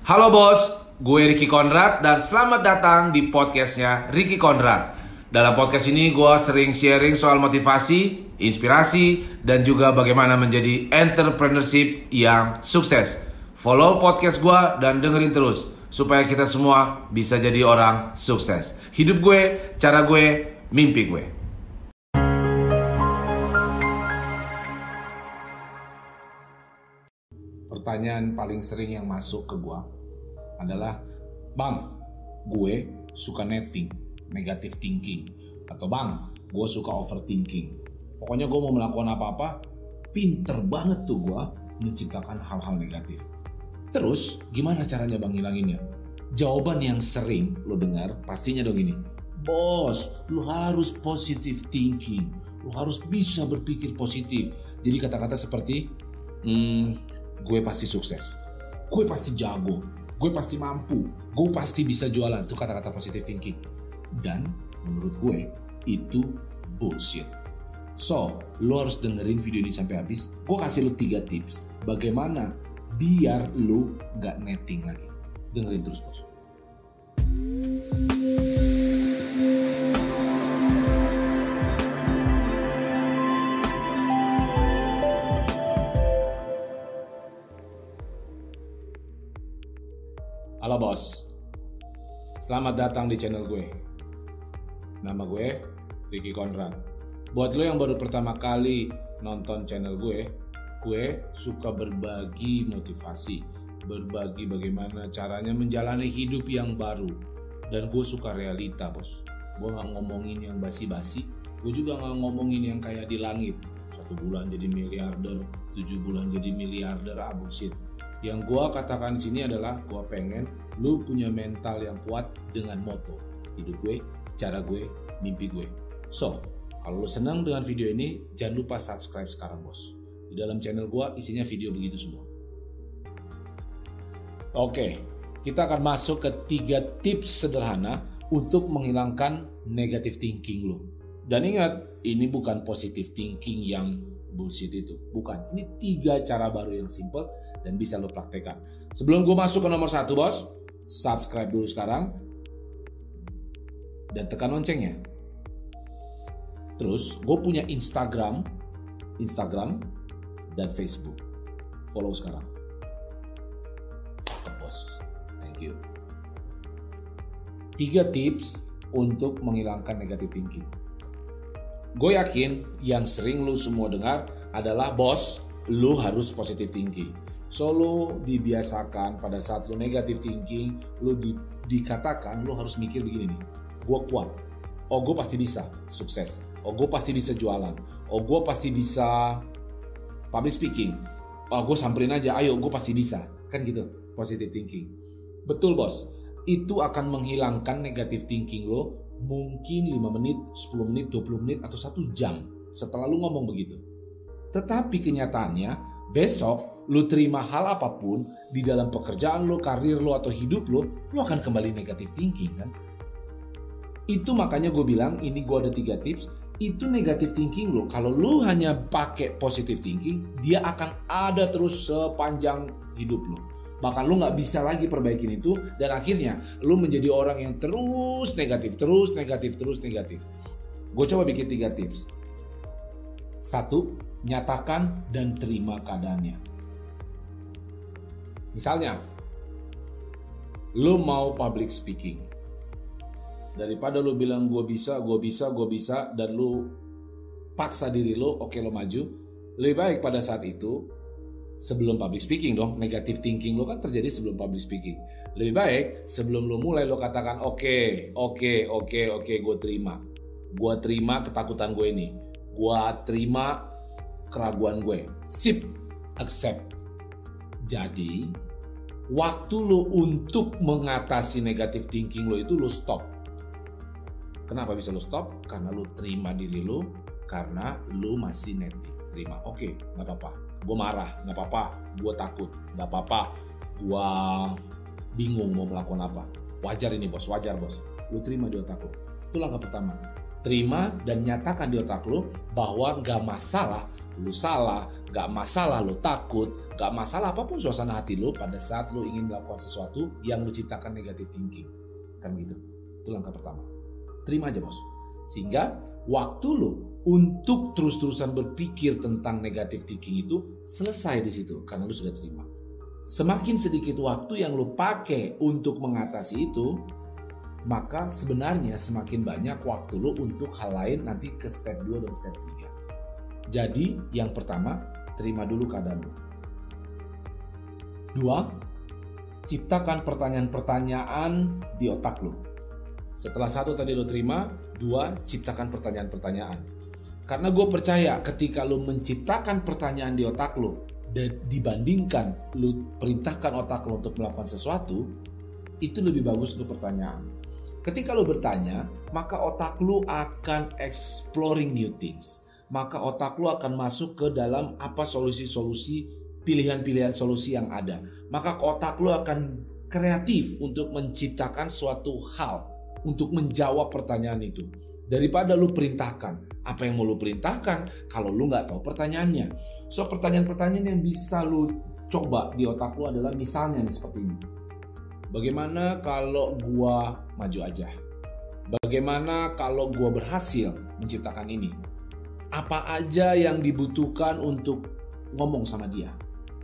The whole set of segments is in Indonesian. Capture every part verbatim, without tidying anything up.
Halo bos, gue Ricky Konrad dan selamat datang di podcastnya Ricky Konrad. Dalam podcast ini gue sering sharing soal motivasi, inspirasi, dan juga bagaimana menjadi entrepreneurship yang sukses. Follow podcast gue dan dengerin terus supaya kita semua bisa jadi orang sukses. Hidup gue, cara gue, mimpi gue. Pertanyaan paling sering yang masuk ke gue adalah, Bang, gue suka netting, negative thinking. Atau Bang, gue suka overthinking. Pokoknya gue mau melakukan apa-apa, pinter banget tuh gue menciptakan hal-hal negatif. Terus gimana caranya Bang hilanginnya? Jawaban yang sering lo dengar pastinya dong ini, bos, lo harus positive thinking. Lo harus bisa berpikir positif. Jadi kata-kata seperti, hmm, gue pasti sukses, gue pasti jago, gue pasti mampu, gue pasti bisa jualan. Itu kata-kata positive thinking. Dan menurut gue itu bullshit. So, lo harus dengerin video ini sampai habis. Gue kasih lo tiga tips bagaimana biar lo gak netting lagi. Dengerin terus bos. Halo bos, selamat datang di channel gue. Nama gue Ricky Konrad. Buat lo yang baru pertama kali nonton channel gue, gue suka berbagi motivasi, berbagi bagaimana caranya menjalani hidup yang baru. Dan gue suka realita bos. Gue gak ngomongin yang basi-basi, gue juga gak ngomongin yang kayak di langit. Satu bulan jadi miliarder, tujuh bulan jadi miliarder, ah bullshit. Yang gue katakan di sini adalah gue pengen lu punya mental yang kuat dengan moto hidup gue, cara gue, mimpi gue. So, kalau lu senang dengan video ini, jangan lupa subscribe sekarang bos. Di dalam channel gue isinya video begitu semua. Oke, kita akan masuk ke tiga tips sederhana untuk menghilangkan negative thinking lu. Dan ingat, ini bukan positive thinking yang bullshit itu. Bukan, ini tiga cara baru yang simple dan bisa lo praktekkan. Sebelum gue masuk ke nomor satu bos, subscribe dulu sekarang dan tekan loncengnya. Terus gue punya Instagram, Instagram dan Facebook. Follow sekarang. Cakep bos, thank you. Tiga tips untuk menghilangkan negative thinking. Gue yakin yang sering lu semua dengar adalah bos, lu harus positive thinking. So lo dibiasakan pada saat lo negative thinking, lo di, dikatakan lo harus mikir begini nih. Gue kuat, oh gue pasti bisa sukses, oh gue pasti bisa jualan, oh gue pasti bisa public speaking, oh gue samperin aja, ayo gue pasti bisa. Kan gitu, positive thinking. Betul bos, itu akan menghilangkan negative thinking lo mungkin lima menit, sepuluh menit, dua puluh menit, atau satu jam setelah lo ngomong begitu. Tetapi kenyataannya, besok lu terima hal apapun di dalam pekerjaan lu, karir lu, atau hidup lu, lu akan kembali negative thinking kan. Itu makanya gue bilang ini gue ada tiga tips. Itu negative thinking lu, kalau lu hanya pakai positive thinking, dia akan ada terus sepanjang hidup lu. Bahkan lu gak bisa lagi perbaikin itu, dan akhirnya lu menjadi orang yang terus negatif, terus negatif, terus negatif. Gue coba bikin tiga tips. Satu, nyatakan dan terima keadaannya. Misalnya, lu mau public speaking. Daripada lu bilang gue bisa, gue bisa, gue bisa, dan lu paksa diri lu, oke lu maju. Lebih baik pada saat itu, sebelum public speaking dong, negative thinking lu kan terjadi sebelum public speaking. Lebih baik sebelum lu mulai lu katakan, oke, oke, oke, oke, gue terima. Gue terima ketakutan gue ini. Gue terima keraguan gue. Sip, accept. Jadi, waktu lo untuk mengatasi negative thinking lo itu lo stop. Kenapa bisa lo stop? Karena lo terima diri lo, karena lo masih netting. Terima, oke, okay, gak apa-apa. Gue marah, gak apa-apa. Gue takut, gak apa-apa. Gue bingung mau melakukan apa. Wajar ini bos, wajar bos. Lo terima di otak lo. Itu langkah pertama. Terima dan nyatakan di otak lu bahwa gak masalah lu salah, gak masalah lu takut, gak masalah apapun suasana hati lu pada saat lu ingin melakukan sesuatu yang lu ciptakan negative thinking. Kan gitu. Itu langkah pertama. Terima aja bos. Sehingga waktu lu untuk terus-terusan berpikir tentang negative thinking itu selesai di situ karena lu sudah terima. Semakin sedikit waktu yang lu pakai untuk mengatasi itu, maka sebenarnya semakin banyak waktu lu untuk hal lain nanti ke step dua dan step tiga. Jadi yang pertama, terima dulu keadaan lu. Dua, ciptakan pertanyaan-pertanyaan di otak lu. Setelah satu tadi lu terima, dua, ciptakan pertanyaan-pertanyaan. Karena gue percaya ketika lu menciptakan pertanyaan di otak lu dan dibandingkan lu perintahkan otak lu untuk melakukan sesuatu, itu lebih bagus untuk pertanyaan. Ketika lu bertanya, maka otak lu akan exploring new things. Maka otak lu akan masuk ke dalam apa solusi-solusi, pilihan-pilihan solusi yang ada. Maka otak lu akan kreatif untuk menciptakan suatu hal, untuk menjawab pertanyaan itu. Daripada lu perintahkan. Apa yang mau lu perintahkan kalau lu gak tahu pertanyaannya. So pertanyaan-pertanyaan yang bisa lu coba di otak lu adalah misalnya nih seperti ini. Bagaimana kalau gua maju aja? Bagaimana kalau gua berhasil menciptakan ini? Apa aja yang dibutuhkan untuk ngomong sama dia?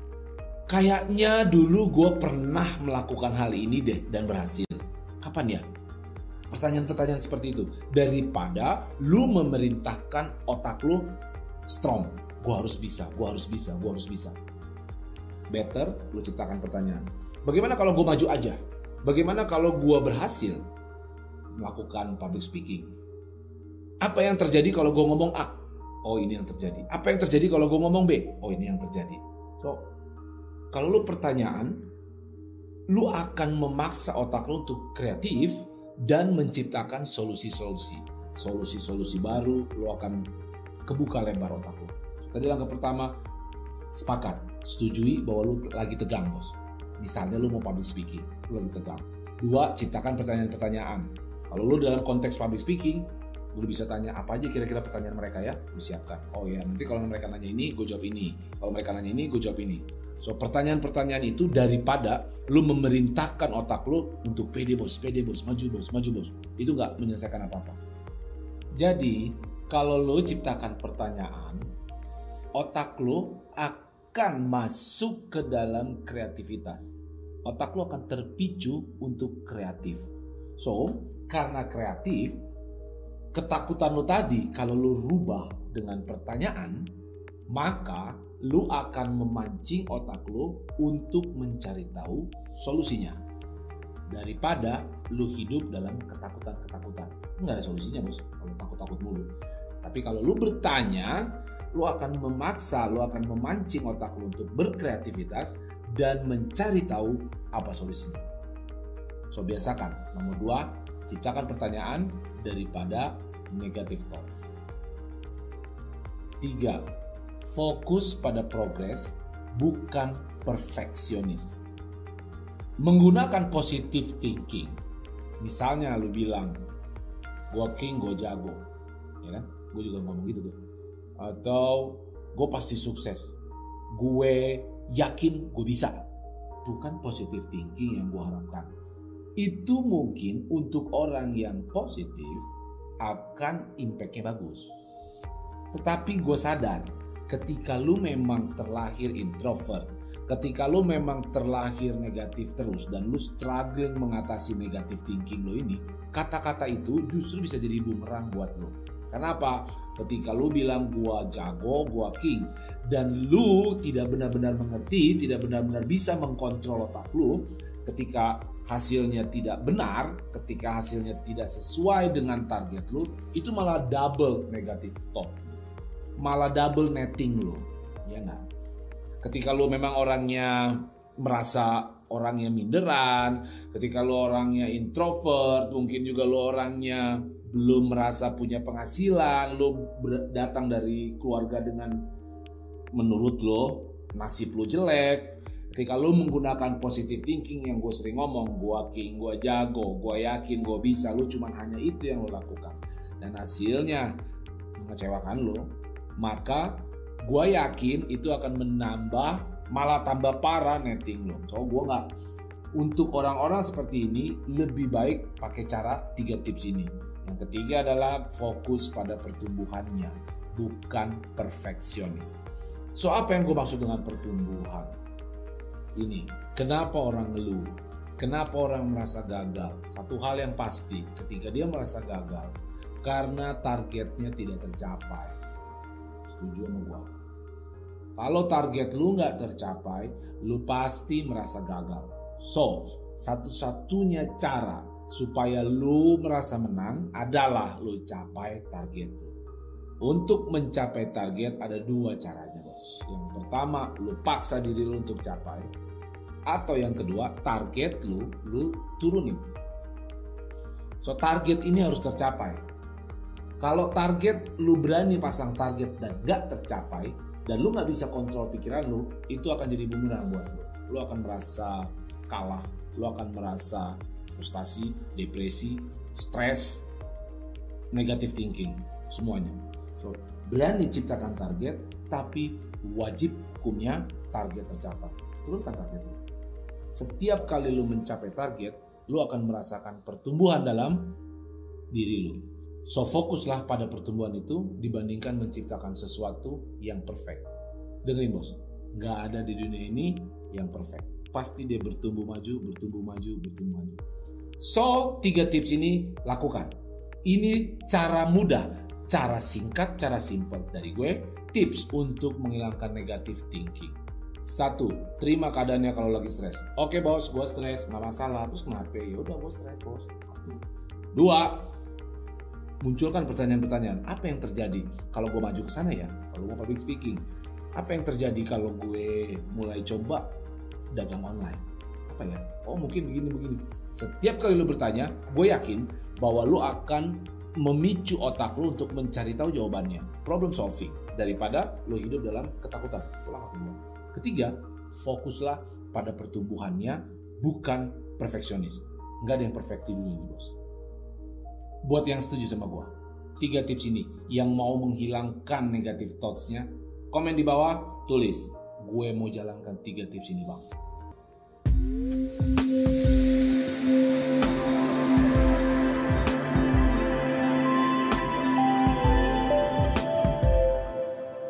Kayaknya dulu gua pernah melakukan hal ini deh dan berhasil. Kapan ya? Pertanyaan-pertanyaan seperti itu. Daripada lu memerintahkan otak lu strong. Gua harus bisa, gua harus bisa, gua harus bisa. Better lu ciptakan pertanyaan. Bagaimana kalau gue maju aja? Bagaimana kalau gue berhasil melakukan public speaking? Apa yang terjadi kalau gue ngomong A? Oh ini yang terjadi. Apa yang terjadi kalau gue ngomong B? Oh ini yang terjadi. So, kalau lu pertanyaan, lu akan memaksa otak lu untuk kreatif dan menciptakan solusi-solusi. Solusi-solusi baru, lu akan kebuka lebar otak lu. Tadi langkah pertama, sepakat, setujui bahwa lu lagi tegang bos. Misalnya lu mau public speaking, lu lagi tegang. Dua, ciptakan pertanyaan-pertanyaan. Kalau lu dalam konteks public speaking, lu bisa tanya apa aja kira-kira pertanyaan mereka ya, lu siapkan. Oh ya, nanti kalau mereka nanya ini, gue jawab ini. Kalau mereka nanya ini, gue jawab ini. So, pertanyaan-pertanyaan itu daripada lu memerintahkan otak lu untuk pede bos, pede bos, maju bos, maju bos. Itu nggak menyelesaikan apa-apa. Jadi, kalau lu ciptakan pertanyaan, otak lu akan akan masuk ke dalam kreativitas. Otak lo akan terpicu untuk kreatif. So, karena kreatif, ketakutan lo tadi kalau lo rubah dengan pertanyaan, maka lo akan memancing otak lo untuk mencari tahu solusinya. Daripada lo hidup dalam ketakutan-ketakutan. Nggak ada solusinya bos, kalau takut-takut mulu. Tapi kalau lo bertanya, lo akan memaksa, lo akan memancing otak lo untuk berkreativitas dan mencari tahu apa solusinya. So biasakan. Nomor dua, ciptakan pertanyaan daripada negative thoughts. Tiga, fokus pada progres bukan perfeksionis. Menggunakan positive thinking. Misalnya lo bilang, gue king, gue jago, ya kan? Gue juga ngomong gitu tuh. Atau gue pasti sukses, gue yakin gue bisa. Itu kan positive thinking yang gue harapkan. Itu mungkin untuk orang yang positif akan impact-nya bagus. Tetapi gue sadar ketika lu memang terlahir introvert, ketika lu memang terlahir negatif terus dan lu struggling mengatasi negative thinking lu ini, kata-kata itu justru bisa jadi bumerang buat lu. Kenapa? Ketika lu bilang gua jago, gua king, dan lu tidak benar-benar mengerti, tidak benar-benar bisa mengkontrol otak lu, ketika hasilnya tidak benar, ketika hasilnya tidak sesuai dengan target lu, itu malah double negative thought, malah double netting lu, ya nggak? Ketika lu memang orangnya merasa orangnya minderan, ketika lu orangnya introvert, mungkin juga lu orangnya belum merasa punya penghasilan, lo datang dari keluarga dengan menurut lo nasib lo jelek. Ketika lo menggunakan positive thinking yang gue sering ngomong, gue king, gue jago, gue yakin, gue bisa, lo cuma hanya itu yang lo lakukan. dan hasilnya mengecewakan lo, maka gue yakin itu akan menambah, malah tambah parah netting lo. So gue nggak, untuk orang-orang seperti ini lebih baik pakai cara tiga tips ini. Yang ketiga adalah fokus pada pertumbuhannya, bukan perfeksionis. So apa yang gue maksud dengan pertumbuhan? Ini, kenapa orang ngeluh? Kenapa orang merasa gagal? Satu hal yang pasti, ketika dia merasa gagal, karena targetnya tidak tercapai. Setuju sama gue? Kalau target lu nggak tercapai, lu pasti merasa gagal. So, satu-satunya cara supaya lu merasa menang adalah lu capai target lu. Untuk mencapai target ada dua caranya, bos. Yang pertama, lu paksa diri lu untuk capai. Atau yang kedua, target lu, lu turunin. So, target ini harus tercapai. Kalau target lu berani pasang target dan gak tercapai, dan lu gak bisa kontrol pikiran lu, itu akan jadi bumerang buat lu. Lu akan merasa kalah, lu akan merasa frustasi, depresi, stres, negative thinking, semuanya. So, berani ciptakan target, tapi wajib hukumnya target tercapai. Turunkan target lu. Setiap kali lu mencapai target, lu akan merasakan pertumbuhan dalam diri lu. So, fokuslah pada pertumbuhan itu dibandingkan menciptakan sesuatu yang perfect. Dengerin bos, gak ada di dunia ini yang perfect. Pasti dia bertumbuh maju, bertumbuh maju, bertumbuh maju. So, tiga tips ini lakukan. Ini cara mudah, cara singkat, cara simple dari gue. Tips untuk menghilangkan negative thinking. Satu, terima keadaannya kalau lagi stres. Oke bos, gue stres, nggak masalah. Terus kenapa? Ya udah gue stres bos. Dua, munculkan pertanyaan-pertanyaan. Apa yang terjadi kalau gue maju ke sana ya? Kalau gue public speaking. Apa yang terjadi kalau gue mulai coba dagang online? Apa ya? Oh mungkin begini-begini. Setiap kali lu bertanya, gue yakin bahwa lu akan memicu otak lu untuk mencari tahu jawabannya. Problem solving. Daripada lu hidup dalam ketakutan. Ketiga, fokuslah pada pertumbuhannya, bukan perfeksionis. Nggak ada yang perfect di dunia ini bos. Buat yang setuju sama gue, tiga tips ini yang mau menghilangkan negative thoughts-nya, komen di bawah, tulis, gue mau jalankan tiga tips ini bang.